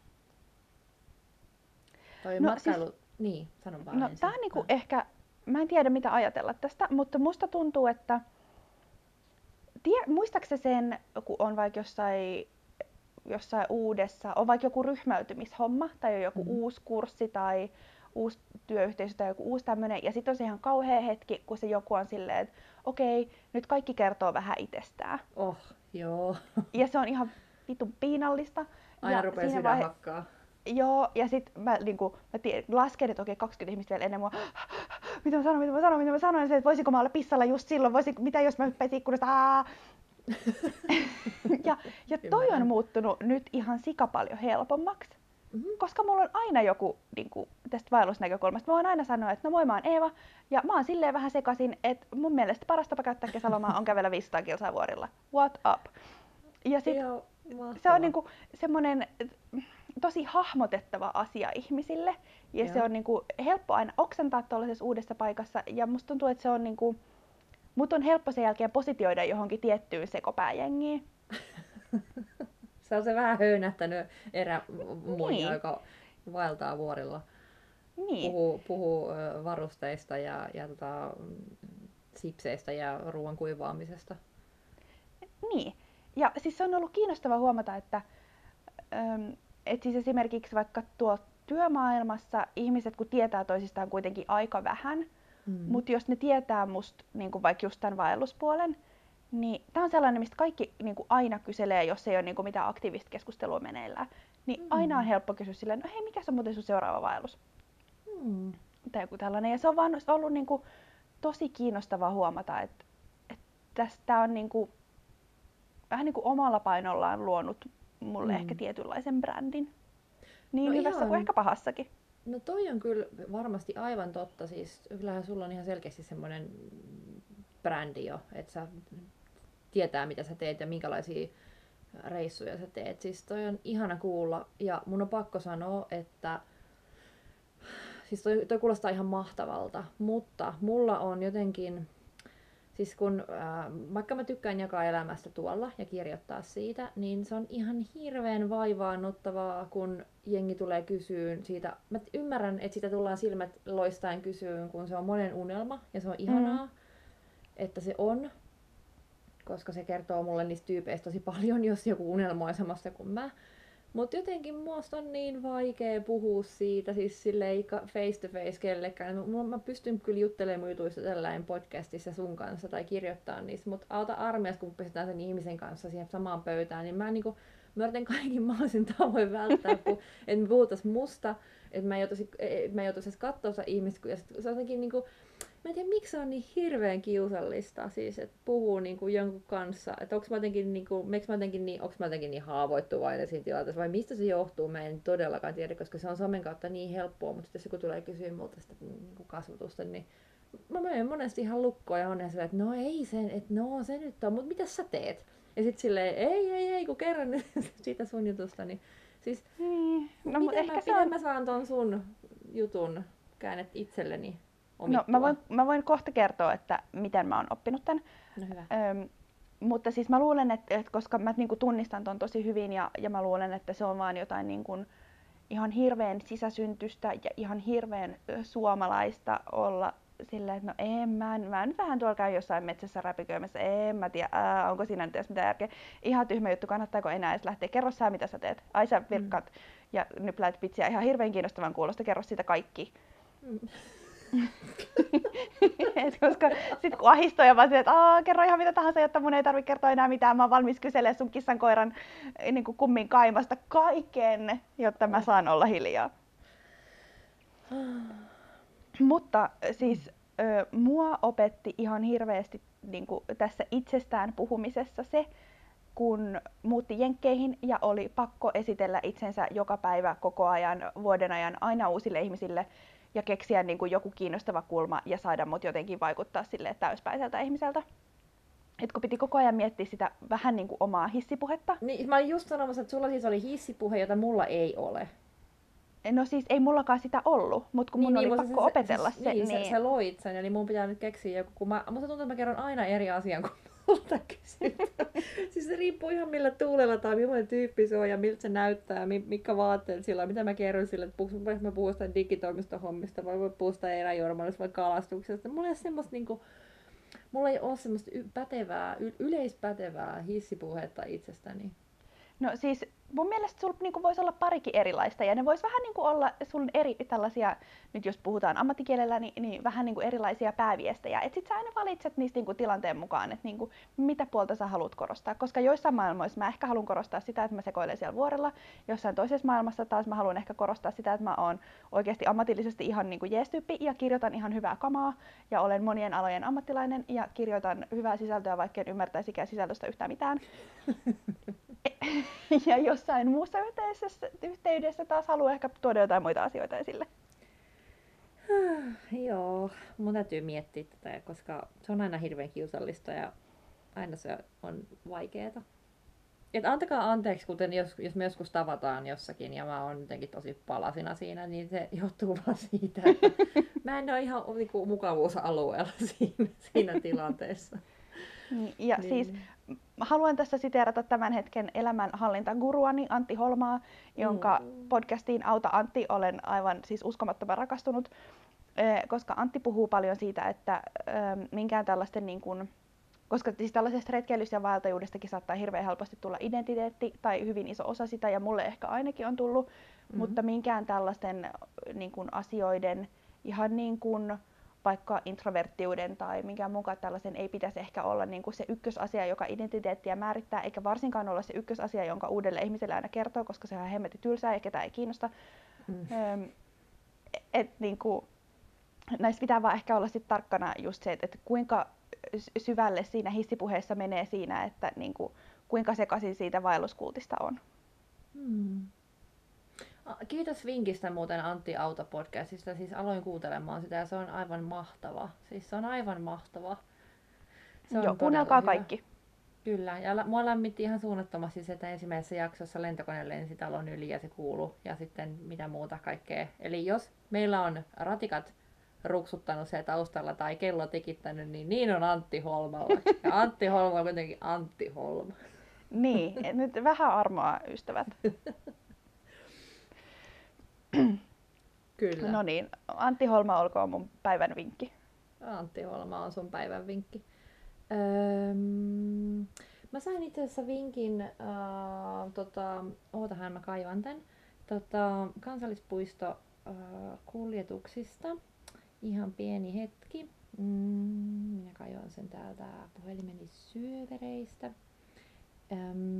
Toi no, matkailu... Siis... Niin, sanon vaan no, ensin. Tää on niinku ehkä, mä en tiedä mitä ajatella tästä, mutta musta tuntuu, että Tie, muistaaksä sen, kun on vaikka jossain, jossain uudessa, on vaikka joku ryhmäytymishomma tai on joku mm-hmm. uusi kurssi tai uusi työyhteisö tai joku uusi tämmöinen, ja sitten on se ihan kauhea hetki, kun se joku on silleen, että okei, nyt kaikki kertoo vähän itsestään. Oh, joo. Ja se on ihan vitun piinallista. Aina rupeaa sydän vaihe... hakkaa. Joo, ja sit mä, niinku, mä tiedän, lasken, että okei, kaksikymmentä ihmistä vielä ennen mua. Mitä mä sanon, mitä mä sanon, mitä mä sanon, että voisiko mä olla pissalla just silloin, voisiko, mitä jos mä hyppäisin ikkunasta, aah! ja, ja toi on muuttunut nyt ihan sika paljon helpommaksi, mm-hmm. koska mulla on aina joku, niinku, tästä vaellusnäkökulmasta, mä voin aina sanoa, että no moi, mä oon Eeva, ja mä oon silleen vähän sekasin, että mun mielestä paras tapa käyttää kesälomaa on kävellä viisisataa kilsaa vuorilla. What up? Ja sit Ihan se mahtavaa. on niinku semmoinen tosi hahmotettava asia ihmisille. Ja se Joo. on niinku helppo aina oksentaa tuollaisessa uudessa paikassa. Ja musta tuntuu, että se on niinku, mut on helppo sen jälkeen positioida johonkin tiettyyn sekopääjengiin. Se on se vähän höynähtänyt erämuija, Niin, joka vaeltaa vuorilla. niin, Puhuu, puhuu ö, varusteista ja, ja tota, sipseistä ja ruoan kuivaamisesta. niin. Ja siis se on ollut kiinnostava huomata, että, äm, et siis esimerkiksi vaikka tuolla työmaailmassa ihmiset kun tietää toisistaan kuitenkin aika vähän, Mm. mutta jos ne tietää musta niin vaikka just tämän vaelluspuolen, niin tämä on sellainen, mistä kaikki niin kuin aina kyselee, jos ei ole niin kuin mitään aktiivista keskustelua meneillään. Niin aina on Mm. helppo kysyä silleen, no hei, mikä on muuten sun seuraava vaellus? Mm. Tai joku tällainen. Ja se on vaan ollut niin kuin tosi kiinnostavaa huomata, että, että tästä on niin kuin, vähän niin kuin omalla painollaan luonut mulle Mm. ehkä tietynlaisen brändin. Niin No hyvässä kuin ihan, ehkä pahassakin. no toi on kyllä varmasti aivan totta. Siis kyllähän sulla on ihan selkeästi semmoinen brändi jo, että sä tietää mitä sä teet ja minkälaisia reissuja sä teet. Siis toi on ihana kuulla ja mun on pakko sanoa, että siis toi, toi kuulostaa ihan mahtavalta, mutta mulla on jotenkin, siis kun äh, vaikka mä tykkään jakaa elämästä tuolla ja kirjoittaa siitä, niin se on ihan hirveän vaivaannuttavaa, kun jengi tulee kysyyn siitä. Mä ymmärrän, että sitä tullaan silmät loistaen kysyyn, kun se on monen unelma ja se on ihanaa, Mm. että se on, koska se kertoo mulle niistä tyypeistä tosi paljon, jos joku unelmoi samasta kuin mä. Mutta jotenkin musta on niin vaikea puhua siitä, siis silleen face to face kellekään. Mä, mä pystyn kyllä juttelemaan mun jutuista tällainen podcastissa sun kanssa tai kirjoittaa niistä, mutta auta armias, kun pistetään sen ihmisen kanssa siihen samaan pöytään, niin mä, niinku, mä yritän kaikin mahdollisin tavoin välttää, että me puhutaan musta, että mä en joutuisi, mä en joutuisi edes katsoa sitä ihmistä, ja se on jotenkin niinku, mä en tiedä miksi se on niin hirveän kiusallista, siis että puhuu niinku jonkun kanssa, että onko mä jotenkin niinku, miksi mä jotenkin niin, onko mä jotenkin niin haavoittuvainen siinä tilanteessa vai mistä se johtuu, mä en todellakaan tiedä, koska se on somen kautta niin helppoa, mutta sitten jos joku tulee kysyä multa sitä niinku kasvatusta, niin mä menen monesti ihan lukkoon ja on ihan silleen, että no ei sen, että no se nyt on, mutta mitä sä teet? Ja sitten silleen, ei, ei, ei, kun kerran nyt siitä sun jutusta, niin siis Niin. No, mut miten, mä, ehkä se miten on... mä saan ton sun jutun käännet itselleni No, omittua? mä voin, mä voin kohta kertoa, että miten mä oon oppinut tämän. No hyvä. Öm, mutta siis mä luulen, että, että koska mä niinku tunnistan ton tosi hyvin ja, ja mä luulen, että se on vaan jotain niinku ihan hirveän sisäsyntystä ja ihan hirveän ö, suomalaista olla silleen, että no en mä, mä nyt vähän tuolla käyn jossain metsässä räpiköimässä, en mä tiedä, ää, onko siinä nyt edes mitään järkeä. Ihan tyhmä juttu, kannattaako enää edes lähteä, kerro sä mitä sä teet. Ai sä virkkaat mm. ja nypläät pitsiä, ihan hirveän kiinnostavan kuulosta, kerro siitä kaikki. Mm. Et koska sit kun ahistoo ja vaan silleen, että Aa, kerro ihan mitä tahansa, jotta mun ei tarvitse kertoa enää mitään, mä oon valmis kyselemään sun kissan koiran niin kuin kummin kaimasta kaiken, jotta mä saan olla hiljaa. Mutta siis ö, mua opetti ihan hirveästi niin kuin tässä itsestään puhumisessa se, kun muutti Jenkkeihin ja oli pakko esitellä itsensä joka päivä koko ajan, vuoden ajan aina uusille ihmisille ja keksiä niin kuin joku kiinnostava kulma ja saada mut jotenkin vaikuttaa sille täyspäiseltä ihmiseltä. Et kun piti koko ajan miettiä sitä vähän niin kuin omaa hissipuhetta. Niin, mä olin just sanomassa, että sulla siis oli hissipuhe, jota mulla ei ole. No siis ei mullakaan sitä ollut, mutta kun Niin, mun niin, oli mutta pakko se, opetella siis, se. Niin, niin... sä, sä loit sen, eli mun pitää nyt keksiä joku, kun mä, musta tuntuu, että mä kerron aina eri asian, kun multa kysytään. Siis se riippuu ihan millä tuulella tai millainen tyyppi se on ja miltä se näyttää, mitkä vaatteet sillä on, mitä mä kerron sille, että puhun, mä puhun sitä digitoimistohommista, vai voi puhua sitä eräjuormallista vai kalastuksesta. Mulla ei ole semmoista niinku, mulla ei ole semmoista pätevää, yleispätevää hissipuhetta itsestäni. No siis mun mielestä sulla niinku voisi olla parikin erilaista ja ne vois vähän niinku olla sun eri tällaisia, nyt jos puhutaan ammattikielellä, niin, niin vähän niinku erilaisia pääviestejä. Et sit sä aina valitset niistä niinku tilanteen mukaan, että niinku, mitä puolta sä haluat korostaa. Koska joissain maailmoissa mä ehkä haluan korostaa sitä, että mä sekoilen siellä vuorella. Jossain toisessa maailmassa taas mä haluan ehkä korostaa sitä, että mä oon oikeasti ammatillisesti ihan niinku jees-tyyppi ja kirjoitan ihan hyvää kamaa. Ja olen monien alojen ammattilainen ja kirjoitan hyvää sisältöä, vaikka en ymmärtäisikään sisältöstä yhtään mitään. Ja jossain muussa yhteydessä, yhteydessä taas haluaa ehkä tuoda jotain muita asioita esille. Joo, mun täytyy miettiä tätä, koska se on aina hirveän kiusallista ja aina se on vaikeeta. et antakaa anteeksi, kuten jos, jos me joskus tavataan jossakin ja mä oon jotenkin tosi palasina siinä, niin se johtuu vaan siitä, että mä en ole ihan niin kuin, mukavuusalueella siinä, siinä tilanteessa. Ja Niin, siis niin. mä haluan tässä siteerata tämän hetken elämänhallintaguruani Antti Holmaa, jonka Mm. podcastiin Auta Antti olen aivan siis uskomattoman rakastunut, eh, koska Antti puhuu paljon siitä, että eh, minkään tällaisten niin kuin, koska siis tällaisesta retkeilys- ja vaeltajuudestakin saattaa hirveän helposti tulla identiteetti tai hyvin iso osa sitä, ja mulle ehkä ainakin on tullut, Mm. mutta minkään tällaisten niin kuin, asioiden ihan niin kuin vaikka introverttiuden tai minkään mukaan tällaisen ei pitäisi ehkä olla niin kuin se ykkösasia, joka identiteettiä määrittää, eikä varsinkaan olla se ykkösasia, jonka uudelle ihmiselle aina kertoo, koska se on hemmetin tylsää ja ketään ei kiinnosta. Mm. Öm, et, niin kuin, näissä pitää vaan ehkä olla sit tarkkana just se, että, että kuinka syvälle siinä hissipuheessa menee siinä, että niin kuin, kuinka sekaisin siitä vaelluskultista on. Mm. Kiitos vinkistä muuten Antti Auto-podcastista. Siis aloin kuuntelemaan sitä ja se on aivan mahtava. Siis se on aivan mahtava. Se on Joo, kuunnelkaa hyvä. kaikki. Kyllä, ja mua lämmitti ihan suunnattomasti se, että ensimmäisessä jaksossa lentokone lensi talon yli ja se kuuluu, ja sitten mitä muuta kaikkea. Eli jos meillä on ratikat ruksuttanut siellä taustalla tai kello tikittänyt, niin niin on Antti Holmalla. Ja Antti Holma on kuitenkin Antti Holma. Niin, nyt vähän armoa, ystävät. Kyllä. No niin, Antti Holma olkoon mun päivän vinkki. Antti Holma on sun päivän vinkki. Öm, mä sain itse asiassa vinkin, äh, tota, ootahan mä kaivan tän, tota, kansallispuisto äh, kuljetuksista. Ihan pieni hetki. Mm, minä kaivan sen täältä puhelimeni syövereistä. Öm,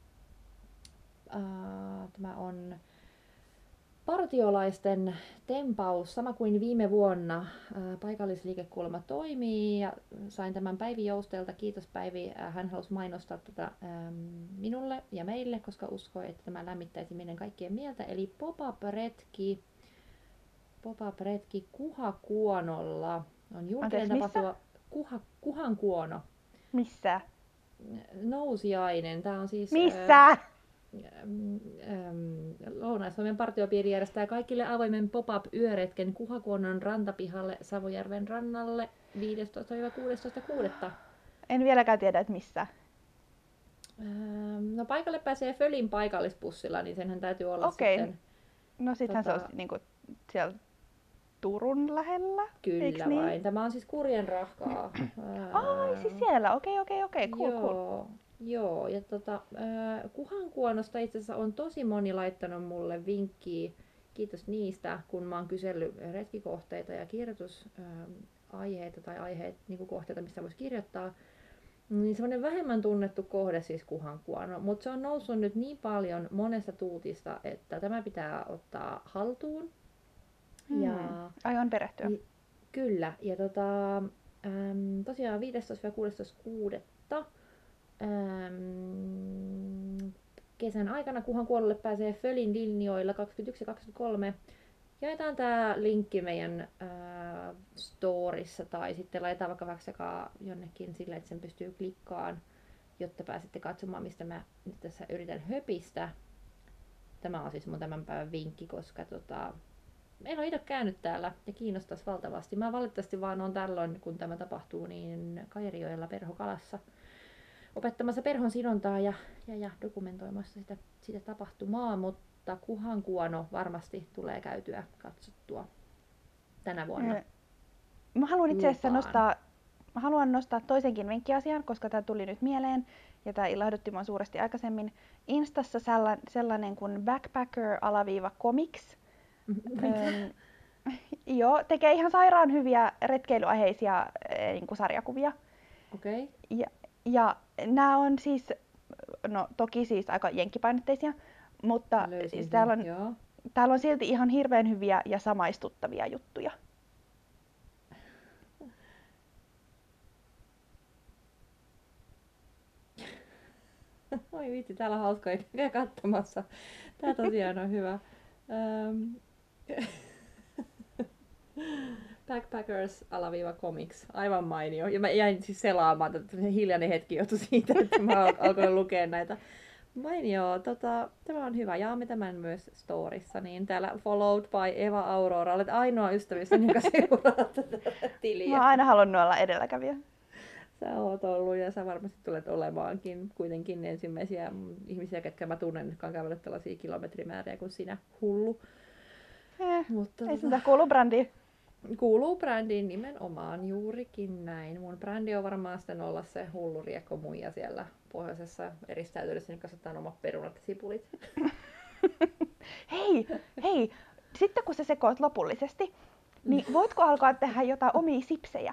äh, tämä on partiolaisten tempaus, sama kuin viime vuonna. Paikallisliikekulma toimii ja sain tämän Päivi Joustelta. Kiitos Päivi. Hän halusi mainostaa tätä minulle ja meille, koska uskoi, että tämä lämmittäisi meidän kaikkien mieltä. Eli pop-up-retki, pop-up-retki Kuhakuonolla on julkinen tapahtuma. Kuha, Kuhankuono. Missä? Nousiainen. Tämä on siis... Missä? Lounais-Suomen partiopiiri järjestää kaikille avoimen pop-up-yöretken Kuhakuonon rantapihalle Savojärven rannalle viidestoista kuudestoista kuudetta En vieläkään tiedä, että missä. No paikalle pääsee Fölin paikallisbussilla, niin senhän täytyy olla Okei. sitten... No sittenhän tota... se olisi niinku siellä Turun lähellä, Kyllä eiks vain. niin? Tämä on siis Kurjenrahkaa. Ai siis siellä, okei okei okei, cool joo, cool. Joo, ja tota, äh, Kuhankuonosta itse asiassa on tosi moni laittanut mulle vinkkiä. Kiitos niistä, kun mä oon kysellyt retkikohteita ja kirjoitusaiheita tai aiheita, niin kohteita, mistä voisi kirjoittaa. Niin semmoinen vähemmän tunnettu kohde siis Kuhankuono, mutta se on noussut nyt niin paljon monesta tuutista, että tämä pitää ottaa haltuun. Hmm. Ja, Aion perehtyä. Ni, kyllä, ja tota, äm, tosiaan viidestoista kuudestoista kuudetta äm, kesän aikana Kuhankuonolle pääsee Fölin linjoilla kaksikymmentäyksi ja kaksikymmentäkolme. Jaetaan tää linkki meidän äh, storissa tai sitten laitetaan vaikka vaikka jonnekin sille, että sen pystyy klikkaan, jotta pääsette katsomaan, mistä mä nyt tässä yritän höpistä. Tämä on siis mun tämän päivän vinkki, koska tota, en ole itse käynyt täällä ja kiinnostaisi valtavasti. Mä valitettavasti vaan on tällöin, kun tämä tapahtuu, niin Kairijoella Perhokalassa opettamassa perhon sidontaa ja, ja, ja dokumentoimassa sitä, sitä tapahtumaa, mutta Kuhankuono varmasti tulee käytyä katsottua tänä vuonna. Mä haluan itse asiassa Lupaan. nostaa, mä haluan nostaa toisenkin vinkkiasian, koska tämä tuli nyt mieleen ja tämä ilahdutti mua suuresti aikaisemmin. Instassa sellainen, sellainen kuin backpacker-comics. Öm, joo, tekee ihan sairaan hyviä retkeilyaheisia niin kuin sarjakuvia. Okei. Okay. Ja, ja nämä on siis, no toki siis aika jenkkipainotteisia, mutta siis täällä, on, Joo. täällä on silti ihan hirveän hyviä ja samaistuttavia juttuja. Oi vitsi, täällä on hauskoja käy katsomassa. Tää tosiaan on hyvä. Um, Backpackers-comics, aivan mainio. Ja mä jäin siis selaamaan, että hiljainen hetki johtui siitä, että mä alkoin lukea näitä Mainio, tota, tämä on hyvä. Jaamme tämän myös storissa. Niin täällä followed by Eva Aurora. Olet ainoa ystävissä, joka seuraa tätä tiliä. Mä oon aina halunnut olla edelläkävijä. Sä oot ollut ja sä varmasti tulet olemaankin kuitenkin ensimmäisiä ihmisiä, ketkä mä tunnen, jotka on käynyt tällaisia kilometrimääriä kuin sinä, hullu. Eh, Mutta ei tota, sitä kuulu brändiin. kuuluu brändiin nimenomaan, juurikin näin. Mun brändi on varmaan sitten olla se hullu riekko muija siellä pohjoisessa eristäytyydessä, niin kasvataan omat perunat ja sipulit. Hei, hei, sitten kun sä sekoit lopullisesti, niin voitko alkaa tehdä jotain omia sipsejä?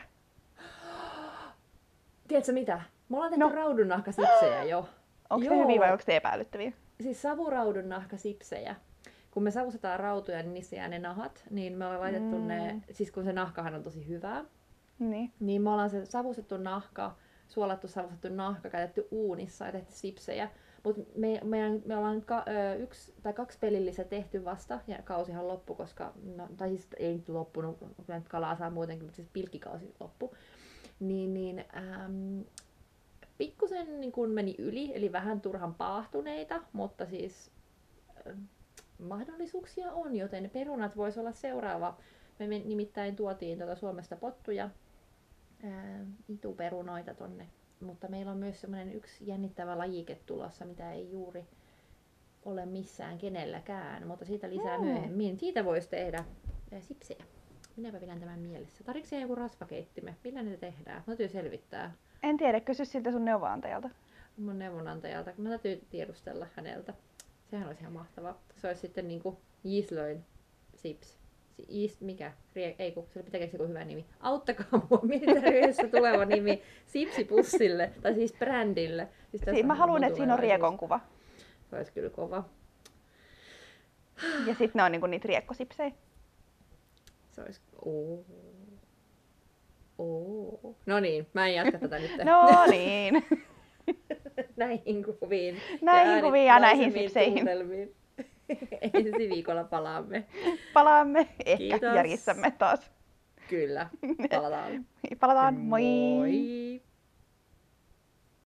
Tiedätkö mitä? Me ollaan tehty No. raudunnahkasipsejä jo. Onko se hyviä vai onko se epäilyttäviä? Siis savuraudunnahkasipsejä. Kun me savustetaan rautoja, niin niissä jää ne nahat, niin me ollaan laitettu mm. ne, siis kun se nahkahan on tosi hyvää, Niin. niin me ollaan se savustettu nahka, suolattu savustettu nahka, käytetty uunissa ja tehty sipsejä. Mutta me, meidän, me ollaan nyt ka, ö, yksi tai kaksi pelillistä tehty vasta, ja kausihan loppu, koska, no, tai siis ei nyt loppunut, kyllä nyt kalaa saa muutenkin, mutta siis pilkkikausi loppu. Niin, niin äm, pikkusen niin kun meni yli, eli vähän turhan paahtuneita, mutta siis äh, mahdollisuuksia on, joten perunat voisi olla seuraava. Me nimittäin tuotiin tuota Suomesta pottuja, ää, ituperunoita tonne, mutta meillä on myös semmoinen yksi jännittävä lajike tulossa, mitä ei juuri ole missään kenelläkään, mutta siitä lisää Mm. myöhemmin. Siitä voisi tehdä ää, sipsejä. Minäpä pidän tämän mielessä. Tarvitsetko joku rasvakeittime? Millä ne tehdään? Täytyy selvittää En tiedä, kysy siltä sun neuvonantajalta. mun neuvonantajalta. Mä täytyy tiedustella häneltä. Sehän olisi ihan mahtavaa. Se olisi sitten niinku Gislöin sips. Yeast, mikä? Rie, ei kun, sillä pitää keksiä joku hyvä nimi. Auttakaa mua, mietitään yhdessä tuleva nimi sipsipussille, tai siis brändille. Siis Si- mä haluan, että siinä on riekon kuva. Se olisi kyllä kova. Ja sitten ne on niinku niitä riekkosipsejä. Se olisi... Oo. Oo. No niin, mä en jatka tätä nyt. No niin. Näihin kuviin. Näihin kuviin ja näihin maisemmin sipseihin. tunnelmiin. Ensi viikolla palaamme. Palaamme ehkä Kiitos. järjissämme taas. Kyllä, palataan. Palataan, moi! Moi!